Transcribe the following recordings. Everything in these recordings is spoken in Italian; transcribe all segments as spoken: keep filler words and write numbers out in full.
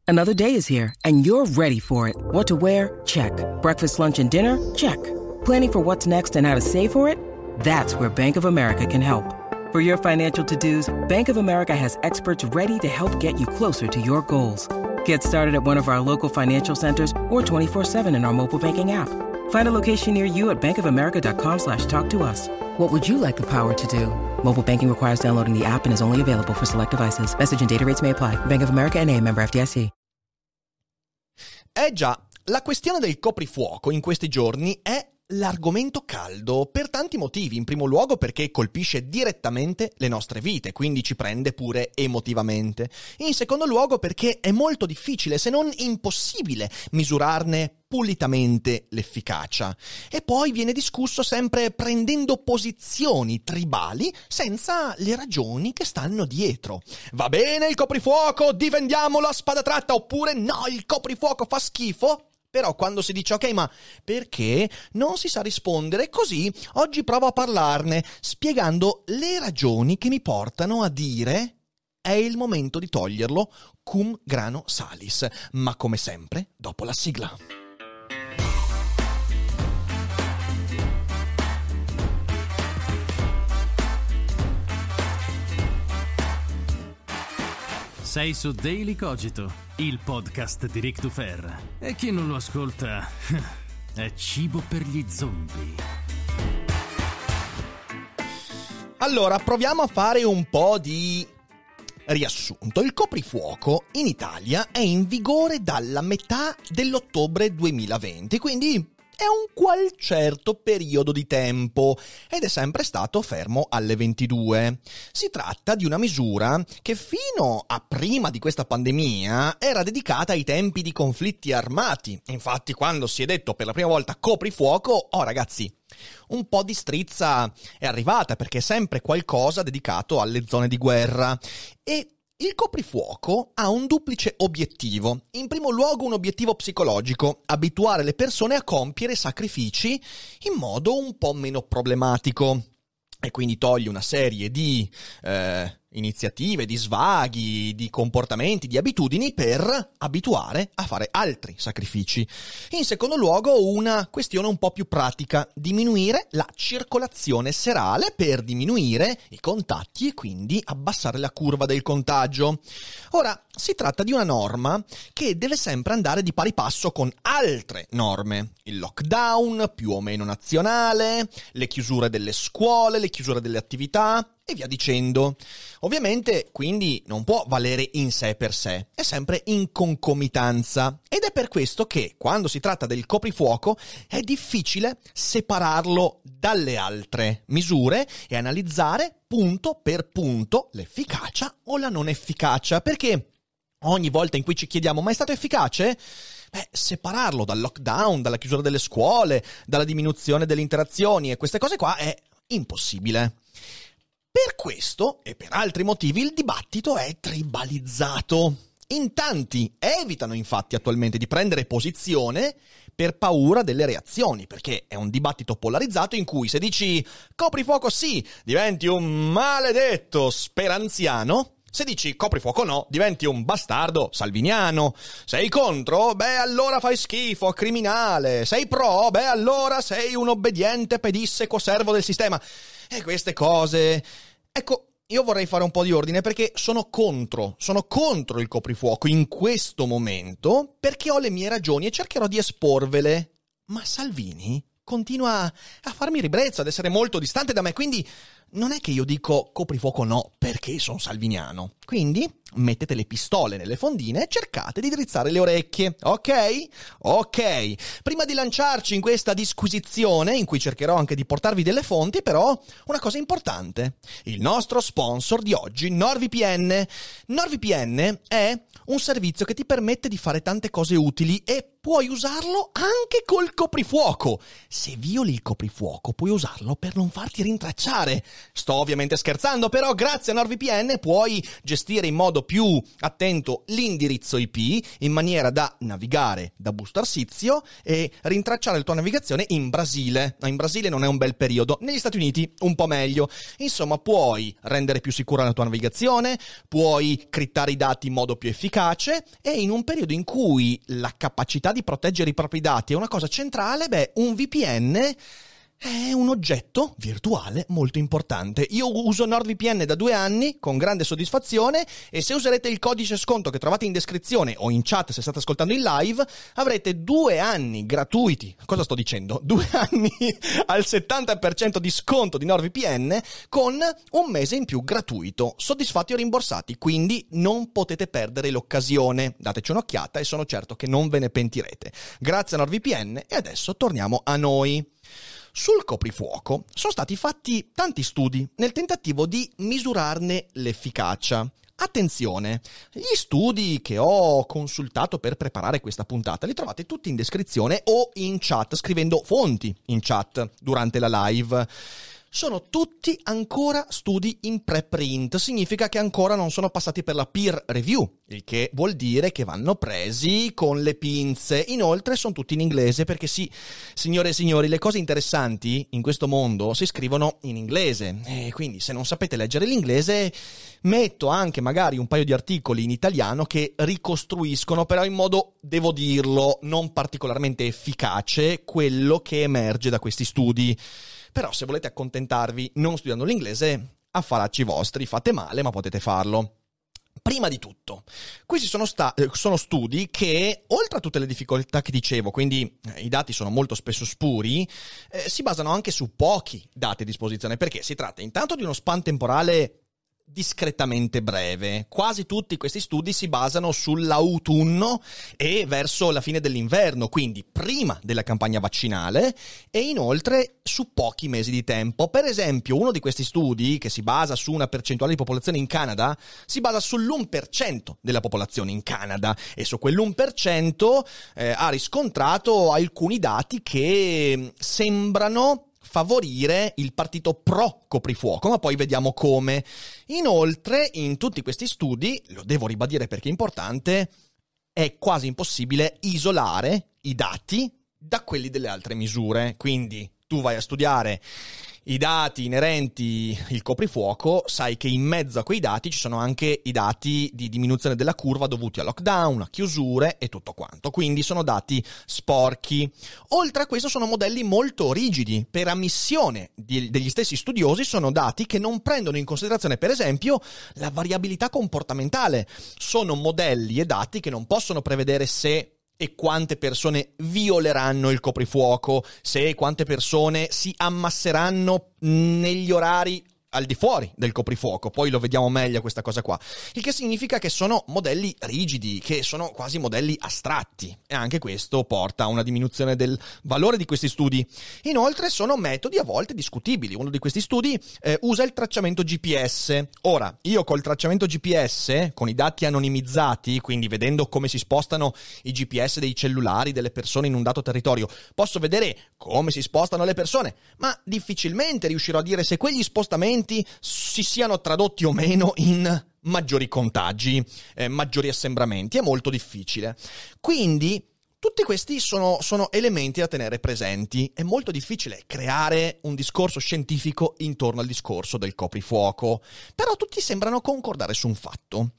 Another day is here, and you're ready for it. What to wear? Check. Breakfast, lunch, and dinner? Check. Planning for what's next and how to save for it? That's where Bank of America can help. For your financial to-dos, Bank of America has experts ready to help get you closer to your goals. Get started at one of our local financial centers or twenty-four seven in our mobile banking app. Find a location near you at bankofamerica.com slash talk to us. What would you like the power to do? Mobile banking requires downloading the app and is only available for select devices. Message and data rates may apply. Bank of America N A, member F D I C. Eh già, la questione del coprifuoco in questi giorni è l'argomento caldo per tanti motivi. In primo luogo perché colpisce direttamente le nostre vite, quindi ci prende pure emotivamente. In secondo luogo perché è molto difficile, se non impossibile, misurarne pulitamente l'efficacia. E poi viene discusso sempre prendendo posizioni tribali senza le ragioni che stanno dietro. Va bene il coprifuoco, difendiamolo a spada tratta, oppure no, il coprifuoco fa schifo? Però quando si dice ok, ma perché non si sa rispondere, così oggi provo a parlarne spiegando le ragioni che mi portano a dire è il momento di toglierlo cum grano salis, ma come sempre dopo la sigla. Sei su Daily Cogito, il podcast di Ric Dufer. E chi non lo ascolta è cibo per gli zombie. Allora, proviamo a fare un po' di riassunto. Il coprifuoco in Italia è in vigore dalla metà dell'ottobre duemilaventi, quindi è un qual certo periodo di tempo ed è sempre stato fermo alle ventidue. Si tratta di una misura che fino a prima di questa pandemia era dedicata ai tempi di conflitti armati. Infatti, quando si è detto per la prima volta coprifuoco, oh ragazzi, un po' di strizza è arrivata, perché è sempre qualcosa dedicato alle zone di guerra. E il coprifuoco ha un duplice obiettivo. In primo luogo un obiettivo psicologico, abituare le persone a compiere sacrifici in modo un po' meno problematico. E quindi toglie una serie di eh, iniziative, di svaghi, di comportamenti, di abitudini per abituare a fare altri sacrifici. In secondo luogo una questione un po' più pratica, diminuire la circolazione serale per diminuire i contatti e quindi abbassare la curva del contagio. Ora, si tratta di una norma che deve sempre andare di pari passo con altre norme. Il lockdown più o meno nazionale, le chiusure delle scuole, le chiusure delle attività e via dicendo. Ovviamente, quindi, non può valere in sé per sé, è sempre in concomitanza. Ed è per questo che, quando si tratta del coprifuoco, è difficile separarlo dalle altre misure e analizzare punto per punto l'efficacia o la non efficacia, perché ogni volta in cui ci chiediamo ma è stato efficace? Beh, separarlo dal lockdown, dalla chiusura delle scuole, dalla diminuzione delle interazioni e queste cose qua è impossibile. Per questo e per altri motivi il dibattito è tribalizzato. In tanti evitano infatti attualmente di prendere posizione per paura delle reazioni, perché è un dibattito polarizzato in cui se dici coprifuoco sì, diventi un maledetto speranziano. Se dici coprifuoco no, diventi un bastardo salviniano. Sei contro? Beh, allora fai schifo, criminale. Sei pro? Beh, allora sei un obbediente pedissequo servo del sistema. E queste cose... Ecco, io vorrei fare un po' di ordine perché sono contro, sono contro il coprifuoco in questo momento perché ho le mie ragioni e cercherò di esporvele. Ma Salvini continua a farmi ribrezzo, ad essere molto distante da me, quindi non è che io dico coprifuoco no perché sono salviniano. Quindi mettete le pistole nelle fondine e cercate di drizzare le orecchie, ok? Ok. Prima di lanciarci in questa disquisizione, in cui cercherò anche di portarvi delle fonti, però una cosa importante. Il nostro sponsor di oggi, NordVPN. NordVPN è un servizio che ti permette di fare tante cose utili e puoi usarlo anche col coprifuoco. Se violi il coprifuoco puoi usarlo per non farti rintracciare. Sto ovviamente scherzando, però grazie a NordVPN puoi gestire in modo più attento l'indirizzo I P in maniera da navigare da Busto Arsizio e rintracciare la tua navigazione in Brasile. In Brasile non è un bel periodo, negli Stati Uniti un po' meglio. Insomma, puoi rendere più sicura la tua navigazione, puoi crittare i dati in modo più efficace e in un periodo in cui la capacità di proteggere i propri dati è una cosa centrale, beh, un V P N è un oggetto virtuale molto importante. Io uso NordVPN da due anni con grande soddisfazione e se userete il codice sconto che trovate in descrizione o in chat se state ascoltando in live avrete due anni gratuiti. Cosa sto dicendo? Due anni al settanta per cento di sconto di NordVPN con un mese in più gratuito. Soddisfatti o rimborsati, quindi non potete perdere l'occasione. Dateci un'occhiata e sono certo che non ve ne pentirete. Grazie a NordVPN e adesso torniamo a noi. Sul coprifuoco sono stati fatti tanti studi nel tentativo di misurarne l'efficacia. Attenzione, gli studi che ho consultato per preparare questa puntata li trovate tutti in descrizione o in chat, scrivendo fonti in chat durante la live. Sono tutti ancora studi in preprint, significa che ancora non sono passati per la peer review, il che vuol dire che vanno presi con le pinze. Inoltre sono tutti in inglese perché sì, signore e signori, le cose interessanti in questo mondo si scrivono in inglese e quindi se non sapete leggere l'inglese metto anche magari un paio di articoli in italiano che ricostruiscono però in modo, devo dirlo, non particolarmente efficace quello che emerge da questi studi. Però se volete accontentarvi non studiando l'inglese, affaracci vostri, fate male ma potete farlo. Prima di tutto, questi sono, sta- sono studi che, oltre a tutte le difficoltà che dicevo, quindi eh, i dati sono molto spesso spuri, eh, si basano anche su pochi dati a disposizione, perché si tratta intanto di uno span temporale discretamente breve. Quasi tutti questi studi si basano sull'autunno e verso la fine dell'inverno, quindi prima della campagna vaccinale e inoltre su pochi mesi di tempo. Per esempio, uno di questi studi, che si basa su una percentuale di popolazione in Canada, si basa sull'uno per cento della popolazione in Canada e su quell'uno per cento eh, ha riscontrato alcuni dati che sembrano favorire il partito pro coprifuoco, ma poi vediamo come. Inoltre, in tutti questi studi, lo devo ribadire perché è importante, è quasi impossibile isolare i dati da quelli delle altre misure. Quindi tu vai a studiare i dati inerenti al coprifuoco, sai che in mezzo a quei dati ci sono anche i dati di diminuzione della curva dovuti a lockdown, a chiusure e tutto quanto. Quindi sono dati sporchi. Oltre a questo sono modelli molto rigidi. Per ammissione di, degli stessi studiosi sono dati che non prendono in considerazione, per esempio, la variabilità comportamentale. Sono modelli e dati che non possono prevedere se e quante persone violeranno il coprifuoco, se e quante persone si ammasseranno negli orari al di fuori del coprifuoco. Poi lo vediamo meglio questa cosa qua, il che significa che sono modelli rigidi, che sono quasi modelli astratti, e anche questo porta a una diminuzione del valore di questi studi. Inoltre sono metodi a volte discutibili. Uno di questi studi eh, usa il tracciamento G P S. Ora, io col tracciamento G P S, con i dati anonimizzati, quindi vedendo come si spostano i G P S dei cellulari delle persone in un dato territorio, posso vedere come si spostano le persone, ma difficilmente riuscirò a dire se quegli spostamenti si siano tradotti o meno in maggiori contagi, eh, maggiori assembramenti. È molto difficile. Quindi tutti questi sono, sono elementi da tenere presenti. È molto difficile creare un discorso scientifico intorno al discorso del coprifuoco, però tutti sembrano concordare su un fatto.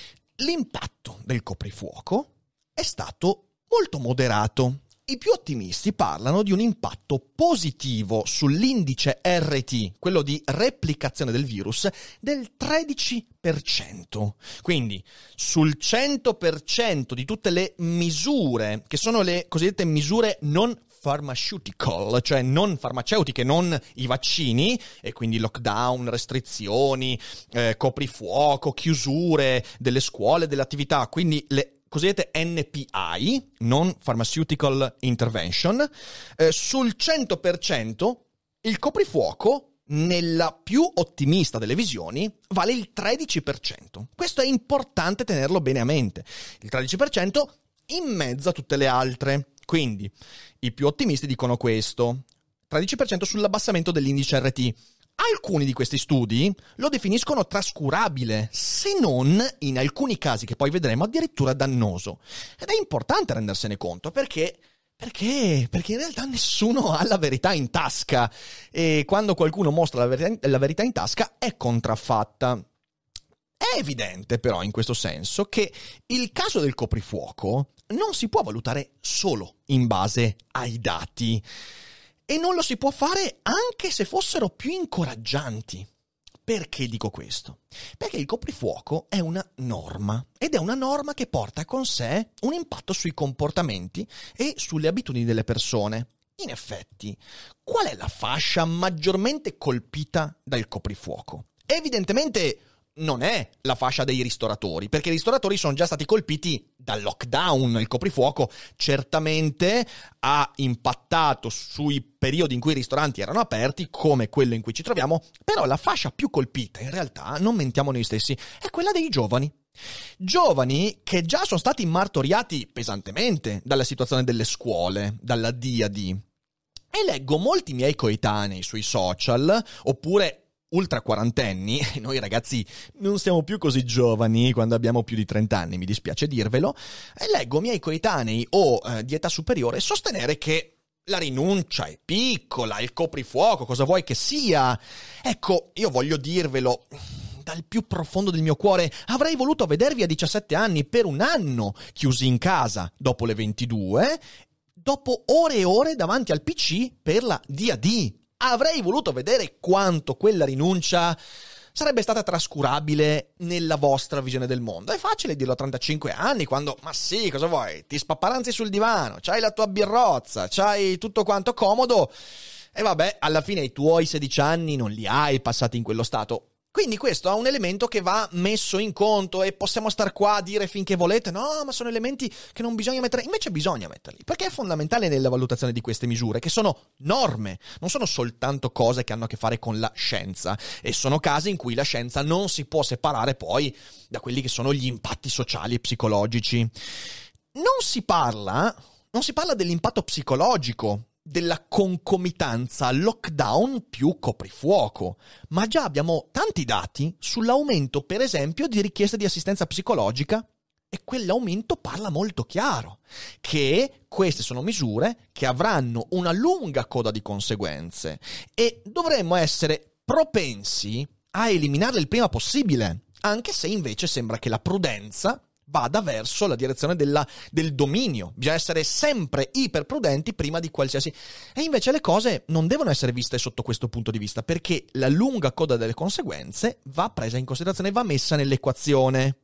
L'impatto del coprifuoco è stato molto moderato. I più ottimisti parlano di un impatto positivo sull'indice R T, quello di replicazione del virus, del tredici per cento. Quindi sul cento per cento di tutte le misure, che sono le cosiddette misure non pharmaceutical, cioè non farmaceutiche, non i vaccini, e quindi lockdown, restrizioni, eh, coprifuoco, chiusure delle scuole, delle attività, quindi le cosiddette N P I, non pharmaceutical intervention, eh, sul cento per cento il coprifuoco, nella più ottimista delle visioni, vale il tredici per cento. Questo è importante tenerlo bene a mente. Il tredici per cento in mezzo a tutte le altre. Quindi i più ottimisti dicono questo: tredici per cento sull'abbassamento dell'indice R T. Alcuni di questi studi lo definiscono trascurabile, se non, in alcuni casi che poi vedremo, addirittura dannoso. Ed è importante rendersene conto, perché... Perché? Perché in realtà nessuno ha la verità in tasca, e quando qualcuno mostra la verità, la verità in tasca è contraffatta. È evidente però in questo senso che il caso del coprifuoco non si può valutare solo in base ai dati, e non lo si può fare anche se fossero più incoraggianti. Perché dico questo? Perché il coprifuoco è una norma, ed è una norma che porta con sé un impatto sui comportamenti e sulle abitudini delle persone. In effetti, qual è la fascia maggiormente colpita dal coprifuoco? Evidentemente non è la fascia dei ristoratori, perché i ristoratori sono già stati colpiti dal lockdown. Il coprifuoco certamente ha impattato sui periodi in cui i ristoranti erano aperti, come quello in cui ci troviamo, però la fascia più colpita, in realtà, non mentiamo noi stessi, è quella dei giovani. Giovani che già sono stati martoriati pesantemente dalla situazione delle scuole, dalla diadi. E leggo molti miei coetanei sui social, oppure ultra quarantenni, e noi ragazzi non siamo più così giovani quando abbiamo più di trenta anni, mi dispiace dirvelo, e leggo miei coetanei o eh, di età superiore sostenere che la rinuncia è piccola, il coprifuoco cosa vuoi che sia. Ecco, io voglio dirvelo dal più profondo del mio cuore, avrei voluto vedervi a diciassette anni per un anno chiusi in casa dopo le ventidue, dopo ore e ore davanti al P C per la D A D. Avrei voluto vedere quanto quella rinuncia sarebbe stata trascurabile nella vostra visione del mondo. È facile dirlo a trentacinque anni, quando, ma sì, cosa vuoi? Ti spapparanzi sul divano, c'hai la tua birrozza, c'hai tutto quanto comodo, e vabbè, alla fine i tuoi sedici anni non li hai passati in quello stato. Quindi questo è un elemento che va messo in conto, e possiamo star qua a dire finché volete, no, ma sono elementi che non bisogna mettere, invece bisogna metterli, perché è fondamentale nella valutazione di queste misure, che sono norme, non sono soltanto cose che hanno a che fare con la scienza, e sono casi in cui la scienza non si può separare poi da quelli che sono gli impatti sociali e psicologici. Non si parla, non si parla dell'impatto psicologico, della concomitanza lockdown più coprifuoco, ma già abbiamo tanti dati sull'aumento, per esempio, di richieste di assistenza psicologica, e quell'aumento parla molto chiaro che queste sono misure che avranno una lunga coda di conseguenze, e dovremmo essere propensi a eliminarle il prima possibile, anche se invece sembra che la prudenza vada verso la direzione della, del dominio. Bisogna essere sempre iperprudenti prima di qualsiasi... E invece le cose non devono essere viste sotto questo punto di vista, perché la lunga coda delle conseguenze va presa in considerazione, va messa nell'equazione.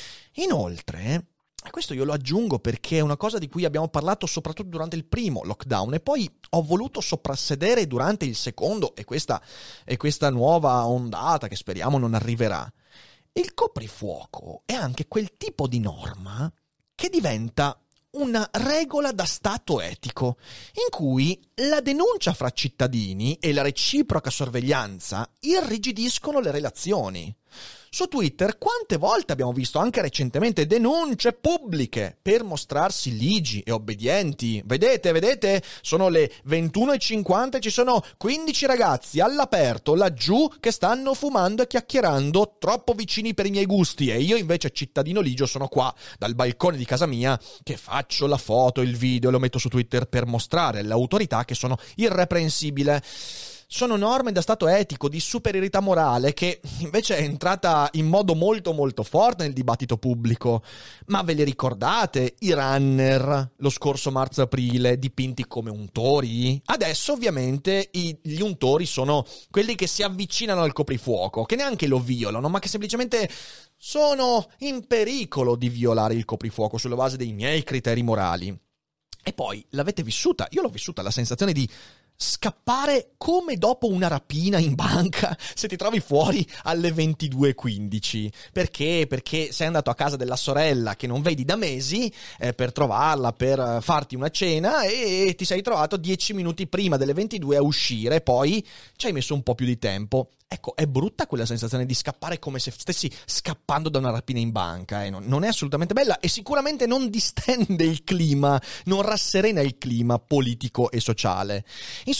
Inoltre, e questo io lo aggiungo perché è una cosa di cui abbiamo parlato soprattutto durante il primo lockdown, e poi ho voluto soprassedere durante il secondo e questa, e questa nuova ondata che speriamo non arriverà. Il coprifuoco è anche quel tipo di norma che diventa una regola da stato etico, in cui la denuncia fra cittadini e la reciproca sorveglianza irrigidiscono le relazioni. Su Twitter quante volte abbiamo visto anche recentemente denunce pubbliche per mostrarsi ligi e obbedienti. Vedete, vedete, sono le ventuno e cinquanta e ci sono quindici ragazzi all'aperto laggiù che stanno fumando e chiacchierando troppo vicini per i miei gusti, e io invece cittadino ligio sono qua dal balcone di casa mia che faccio la foto, il video e lo metto su Twitter per mostrare all'autorità che sono irreprensibile. Sono norme da stato etico, di superiorità morale, che invece è entrata in modo molto molto forte nel dibattito pubblico. Ma ve le ricordate i runner lo scorso marzo-aprile dipinti come untori? Adesso ovviamente i, gli untori sono quelli che si avvicinano al coprifuoco, che neanche lo violano, ma che semplicemente sono in pericolo di violare il coprifuoco sulla base dei miei criteri morali. E poi l'avete vissuta? Io l'ho vissuta, la sensazione di scappare come dopo una rapina in banca se ti trovi fuori alle ventidue e quindici. Perché? Perché sei andato a casa della sorella che non vedi da mesi eh, per trovarla, per farti una cena, e ti sei trovato dieci minuti prima delle ventidue a uscire, poi ci hai messo un po' più di tempo. Ecco, è brutta quella sensazione di scappare come se stessi scappando da una rapina in banca, eh? non, non è assolutamente bella, e sicuramente non distende il clima, non rasserena il clima politico e sociale. Insomma,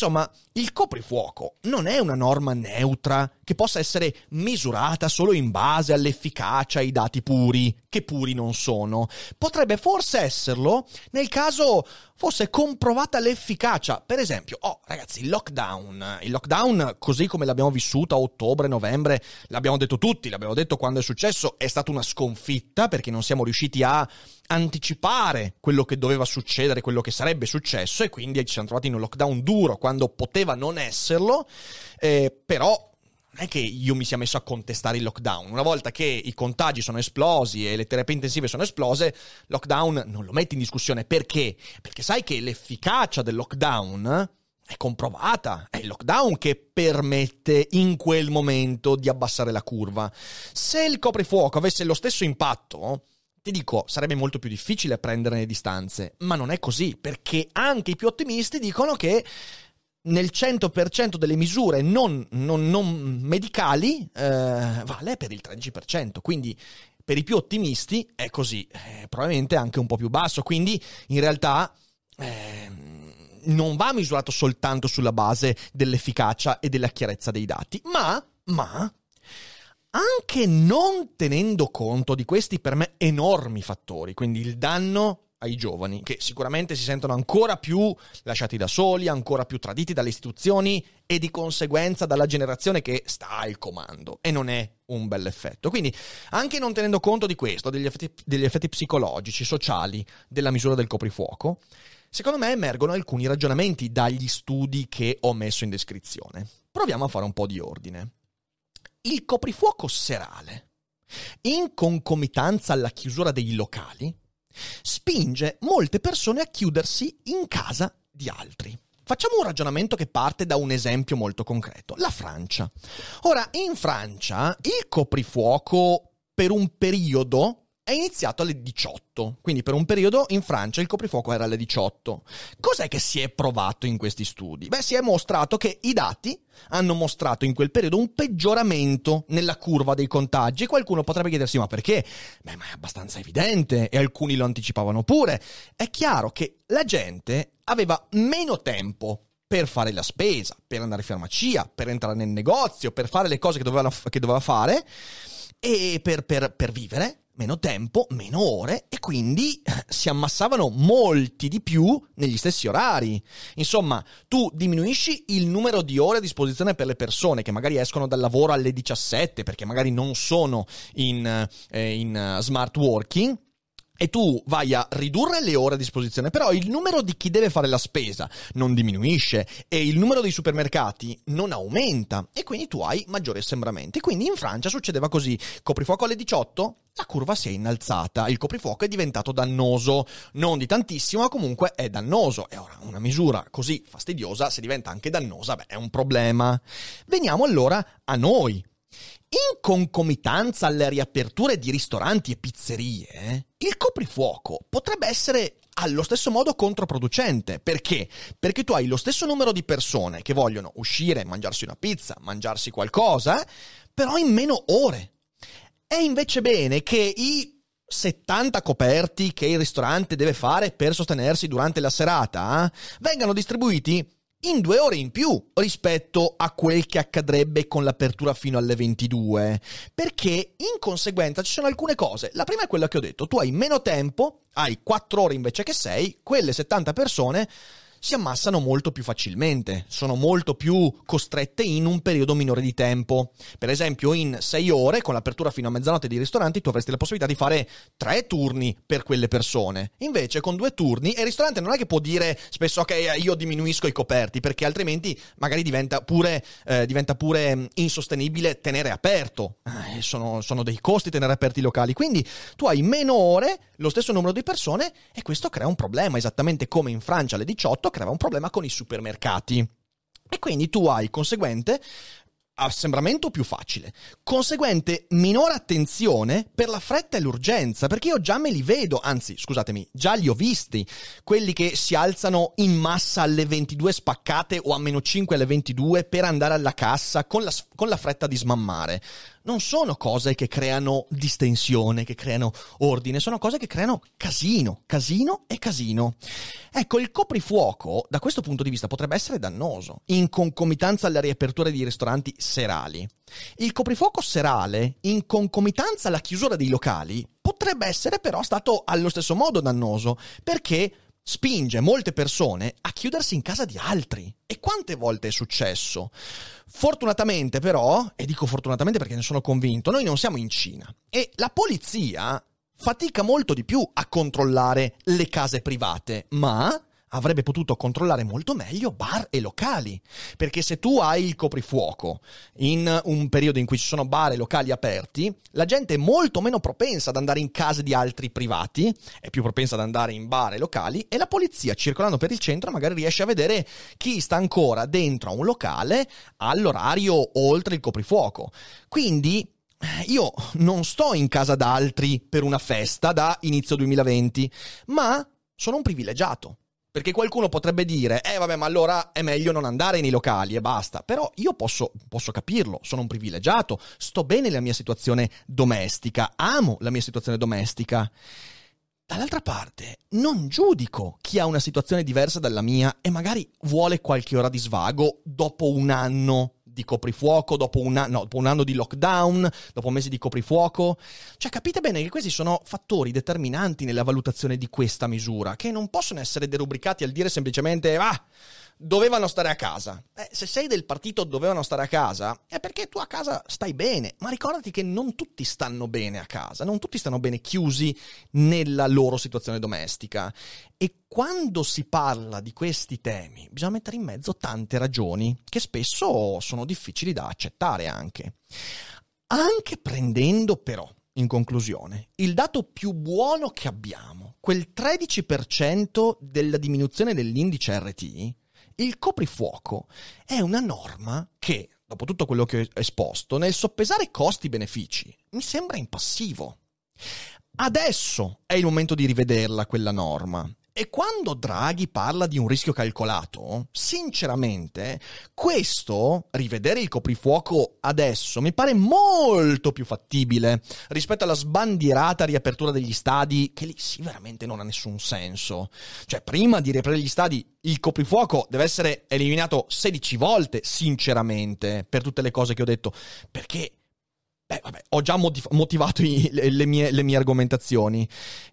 il coprifuoco non è una norma neutra che possa essere misurata solo in base all'efficacia ai dati puri, che puri non sono. Potrebbe forse esserlo nel caso fosse comprovata l'efficacia. Per esempio, oh ragazzi, il lockdown, il lockdown così come l'abbiamo vissuto a ottobre, novembre, l'abbiamo detto tutti, l'abbiamo detto quando è successo, è stata una sconfitta perché non siamo riusciti a anticipare quello che doveva succedere, quello che sarebbe successo, e quindi ci siamo trovati in un lockdown duro quando poteva non esserlo, eh, però non è che io mi sia messo a contestare il lockdown. Una volta che i contagi sono esplosi e le terapie intensive sono esplose, lockdown non lo metti in discussione. Perché? Perché sai che l'efficacia del lockdown è comprovata, è il lockdown che permette in quel momento di abbassare la curva. Se il coprifuoco avesse lo stesso impatto, ti dico, sarebbe molto più difficile prendere le distanze, ma non è così, perché anche i più ottimisti dicono che nel cento per cento delle misure non, non, non medicali eh, vale per il tredici per cento, quindi per i più ottimisti è così, eh, probabilmente anche un po' più basso, quindi in realtà eh, non va misurato soltanto sulla base dell'efficacia e della chiarezza dei dati, ma, ma anche non tenendo conto di questi per me enormi fattori, quindi il danno ai giovani, che sicuramente si sentono ancora più lasciati da soli, ancora più traditi dalle istituzioni e di conseguenza dalla generazione che sta al comando, e non è un bel effetto. Quindi anche non tenendo conto di questo, degli effetti, degli effetti psicologici, sociali della misura del coprifuoco, secondo me emergono alcuni ragionamenti dagli studi che ho messo in descrizione. Proviamo a fare un po' di ordine. Il coprifuoco serale, in concomitanza alla chiusura dei locali, spinge molte persone a chiudersi in casa di altri. Facciamo un ragionamento che parte da un esempio molto concreto, la Francia. Ora, in Francia il coprifuoco per un periodo è iniziato alle diciotto, quindi per un periodo in Francia il coprifuoco era alle diciotto. Cos'è che si è provato in questi studi? Beh, si è mostrato che i dati hanno mostrato in quel periodo un peggioramento nella curva dei contagi, e qualcuno potrebbe chiedersi ma perché? Beh, ma è abbastanza evidente, e alcuni lo anticipavano pure. È chiaro che la gente aveva meno tempo per fare la spesa, per andare in farmacia, per entrare nel negozio, per fare le cose che doveva, che doveva fare, e per, per, per vivere. Meno tempo, meno ore, e quindi si ammassavano molti di più negli stessi orari. Insomma, tu diminuisci il numero di ore a disposizione per le persone che magari escono dal lavoro alle diciassette perché magari non sono in, eh, in smart working, e tu vai a ridurre le ore a disposizione, però il numero di chi deve fare la spesa non diminuisce e il numero dei supermercati non aumenta, e quindi tu hai maggiori assembramenti. Quindi in Francia succedeva così: coprifuoco alle diciotto, la curva si è innalzata, il coprifuoco è diventato dannoso, non di tantissimo, ma comunque è dannoso. E ora una misura così fastidiosa, se diventa anche dannosa, beh, è un problema. Veniamo allora a noi. In concomitanza alle riaperture di ristoranti e pizzerie, il coprifuoco potrebbe essere allo stesso modo controproducente. Perché? Perché tu hai lo stesso numero di persone che vogliono uscire, mangiarsi una pizza, mangiarsi qualcosa, però in meno ore. È invece bene che i settanta coperti che il ristorante deve fare per sostenersi durante la serata eh, vengano distribuiti in due ore in più rispetto a quel che accadrebbe con l'apertura fino alle ventidue, perché in conseguenza ci sono alcune cose. La prima è quella che ho detto: tu hai meno tempo, hai quattro ore invece che sei, quelle settanta persone si ammassano molto più facilmente, sono molto più costrette in un periodo minore di tempo. Per esempio, in sei ore, con l'apertura fino a mezzanotte dei ristoranti, tu avresti la possibilità di fare tre turni per quelle persone. Invece, con due turni, e il ristorante non è che può dire spesso ok, io diminuisco i coperti, perché altrimenti magari diventa pure, eh, diventa pure insostenibile tenere aperto. Eh, sono, sono dei costi tenere aperti i locali. Quindi tu hai meno ore, lo stesso numero di persone, e questo crea un problema, esattamente come in Francia alle diciotto creava un problema con i supermercati. E quindi tu hai conseguente assembramento più facile, conseguente minore attenzione per la fretta e l'urgenza, perché io già me li vedo, anzi scusatemi, già li ho visti, quelli che si alzano in massa alle ventidue spaccate o a meno cinque alle ventidue per andare alla cassa con la, con la fretta di smammare. non sono cose che creano distensione, che creano ordine, sono cose che creano casino, casino e casino. Ecco, il coprifuoco da questo punto di vista potrebbe essere dannoso, in concomitanza alle riaperture di ristoranti serali. Il coprifuoco serale, in concomitanza alla chiusura dei locali, potrebbe essere però stato allo stesso modo dannoso, perché spinge molte persone a chiudersi in casa di altri. E quante volte è successo? Fortunatamente però, e dico fortunatamente perché ne sono convinto, noi non siamo in Cina e la polizia fatica molto di più a controllare le case private, ma avrebbe potuto controllare molto meglio bar e locali, perché se tu hai il coprifuoco in un periodo in cui ci sono bar e locali aperti, la gente è molto meno propensa ad andare in case di altri privati, è più propensa ad andare in bar e locali, e la polizia, circolando per il centro, magari riesce a vedere chi sta ancora dentro a un locale all'orario oltre il coprifuoco. Quindi io non sto in casa da altri per una festa da inizio duemilaventi, ma sono un privilegiato. Perché qualcuno potrebbe dire, eh vabbè, ma allora è meglio non andare nei locali e basta. Però io posso, posso capirlo, sono un privilegiato, sto bene nella mia situazione domestica, amo la mia situazione domestica. Dall'altra parte, non giudico chi ha una situazione diversa dalla mia e magari vuole qualche ora di svago dopo un anno di coprifuoco, dopo un, anno, no, dopo un anno di lockdown, dopo mesi di coprifuoco. Cioè, capite bene che questi sono fattori determinanti nella valutazione di questa misura, che non possono essere derubricati al dire semplicemente ah, dovevano stare a casa. Eh, se sei del partito dovevano stare a casa, è perché tu a casa stai bene, ma ricordati che non tutti stanno bene a casa, non tutti stanno bene chiusi nella loro situazione domestica. E quando si parla di questi temi bisogna mettere in mezzo tante ragioni che spesso sono difficili da accettare anche. Anche prendendo però, in conclusione, il dato più buono che abbiamo, quel tredici per cento della diminuzione dell'indice R T I, il coprifuoco è una norma che, dopo tutto quello che ho esposto, nel soppesare costi-benefici, mi sembra in passivo. Adesso è il momento di rivederla quella norma. E quando Draghi parla di un rischio calcolato, sinceramente, questo, rivedere il coprifuoco adesso, mi pare molto più fattibile rispetto alla sbandierata riapertura degli stadi, che lì sì veramente non ha nessun senso. Cioè, prima di riaprire gli stadi, il coprifuoco deve essere eliminato sedici volte, sinceramente, per tutte le cose che ho detto, perché, beh, vabbè, ho già motiv- motivato i, le, le, mie, le mie argomentazioni.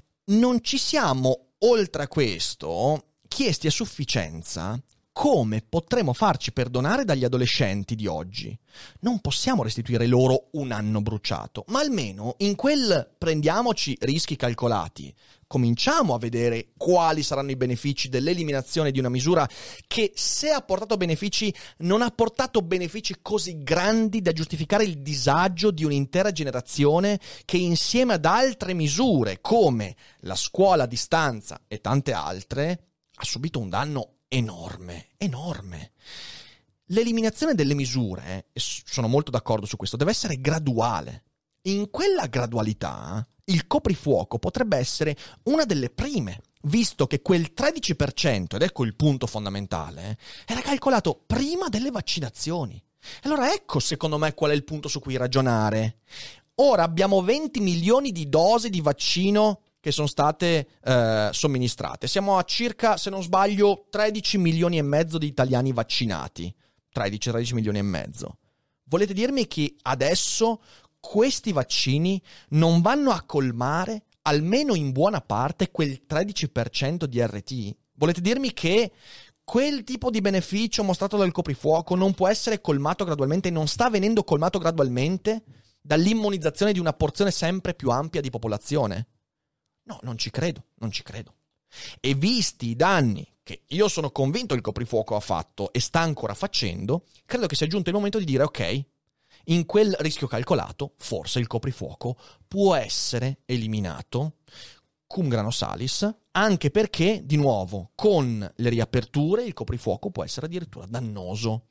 Non ci siamo, oltre a questo, chiesti a sufficienza come potremo farci perdonare dagli adolescenti di oggi. Non possiamo restituire loro un anno bruciato, ma almeno in quel prendiamoci rischi calcolati, cominciamo a vedere quali saranno i benefici dell'eliminazione di una misura che, se ha portato benefici, non ha portato benefici così grandi da giustificare il disagio di un'intera generazione che, insieme ad altre misure come la scuola a distanza e tante altre, ha subito un danno enorme, enorme. L'eliminazione delle misure, e sono molto d'accordo su questo, deve essere graduale. In quella gradualità il coprifuoco potrebbe essere una delle prime, visto che quel tredici per cento, ed ecco il punto fondamentale, era calcolato prima delle vaccinazioni. Allora ecco, secondo me, qual è il punto su cui ragionare. Ora abbiamo venti milioni di dosi di vaccino che sono state eh, somministrate. Siamo a circa, se non sbaglio, tredici milioni e mezzo di italiani vaccinati. tredici tredici milioni e mezzo. Volete dirmi che adesso questi vaccini non vanno a colmare, almeno in buona parte, quel tredici per cento di R T I? Volete dirmi che quel tipo di beneficio mostrato dal coprifuoco non può essere colmato gradualmente, non sta venendo colmato gradualmente dall'immunizzazione di una porzione sempre più ampia di popolazione? No, non ci credo, non ci credo. E visti i danni che io sono convinto il coprifuoco ha fatto e sta ancora facendo, credo che sia giunto il momento di dire ok, in quel rischio calcolato, forse il coprifuoco può essere eliminato cum grano salis, anche perché, di nuovo, con le riaperture il coprifuoco può essere addirittura dannoso.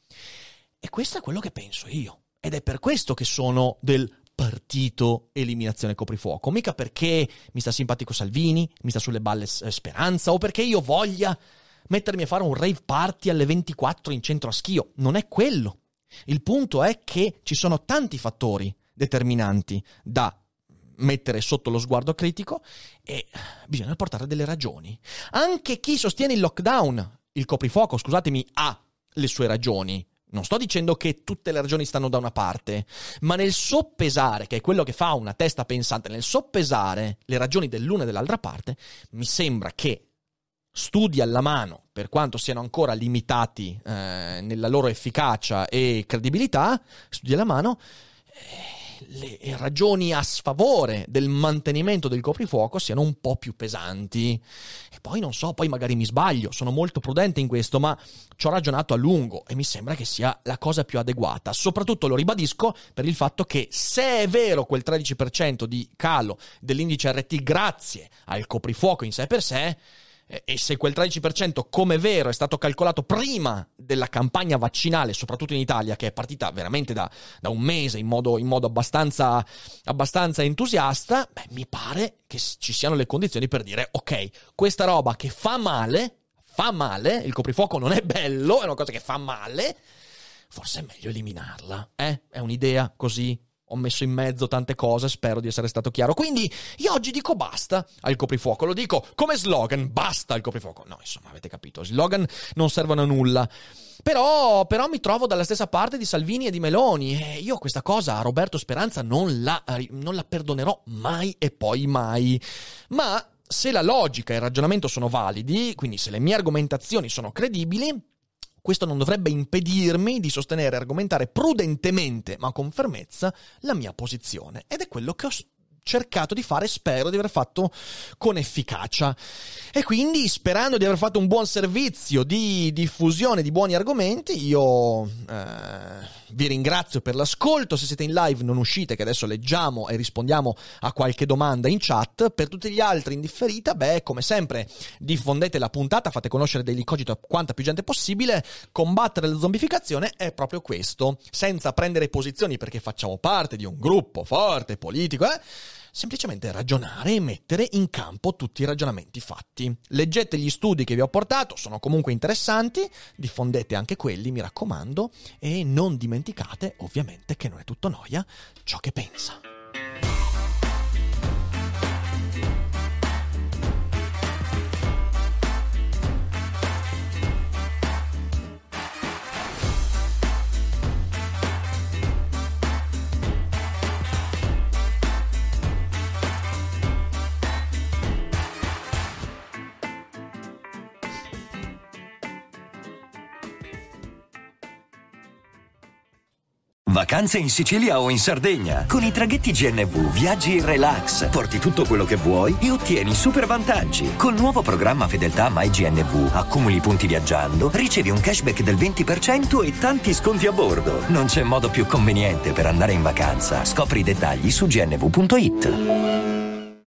E questo è quello che penso io. Ed è per questo che sono del partito eliminazione coprifuoco. Mica perché mi sta simpatico Salvini, mi sta sulle balle Speranza, o perché io voglia mettermi a fare un rave party alle ventiquattro in centro a Schio. Non è quello. Il punto è che ci sono tanti fattori determinanti da mettere sotto lo sguardo critico e bisogna portare delle ragioni. Anche chi sostiene il lockdown, il coprifuoco, scusatemi, ha le sue ragioni. Non sto dicendo che tutte le ragioni stanno da una parte, ma nel soppesare, che è quello che fa una testa pensante, nel soppesare le ragioni dell'una e dell'altra parte, mi sembra che studi alla mano, per quanto siano ancora limitati eh, nella loro efficacia e credibilità, studi alla mano, eh, le ragioni a sfavore del mantenimento del coprifuoco siano un po' più pesanti. E poi non so, poi magari mi sbaglio, sono molto prudente in questo, ma ci ho ragionato a lungo e mi sembra che sia la cosa più adeguata. Soprattutto lo ribadisco per il fatto che se è vero quel tredici per cento di calo dell'indice R T grazie al coprifuoco in sé per sé, e se quel tredici per cento come vero è stato calcolato prima della campagna vaccinale, soprattutto in Italia, che è partita veramente da, da un mese in modo, in modo abbastanza, abbastanza entusiasta, beh, mi pare che ci siano le condizioni per dire ok, questa roba che fa male, fa male, il coprifuoco non è bello, è una cosa che fa male, forse è meglio eliminarla, eh? È un'idea così. Ho messo in mezzo tante cose, spero di essere stato chiaro. Quindi io oggi dico basta al coprifuoco, lo dico come slogan, basta al coprifuoco. No, insomma, avete capito, slogan non servono a nulla. Però, però mi trovo dalla stessa parte di Salvini e di Meloni e io questa cosa a Roberto Speranza non la, non la perdonerò mai e poi mai. Ma se la logica e il ragionamento sono validi, quindi se le mie argomentazioni sono credibili, questo non dovrebbe impedirmi di sostenere e argomentare prudentemente, ma con fermezza, la mia posizione. Ed è quello che ho cercato di fare, spero di aver fatto con efficacia. E quindi, sperando di aver fatto un buon servizio di diffusione di buoni argomenti, io eh, vi ringrazio per l'ascolto. Se siete in live non uscite, che adesso leggiamo e rispondiamo a qualche domanda in chat. Per tutti gli altri in differita, beh, come sempre, diffondete la puntata, fate conoscere Daily Cogito a quanta più gente possibile. Combattere la zombificazione è proprio questo, senza prendere posizioni perché facciamo parte di un gruppo forte, politico, eh? Semplicemente ragionare e mettere in campo tutti i ragionamenti fatti. Leggete gli studi che vi ho portato, sono comunque interessanti, diffondete anche quelli, mi raccomando, e non dimenticate, ovviamente, che non è tutto noia ciò che pensa. Vacanze in Sicilia o in Sardegna. Con i traghetti G N V viaggi in relax, porti tutto quello che vuoi e ottieni super vantaggi. Col nuovo programma Fedeltà MyGNV accumuli punti viaggiando, ricevi un cashback del venti per cento e tanti sconti a bordo. Non c'è modo più conveniente per andare in vacanza. Scopri i dettagli su gnv punto it.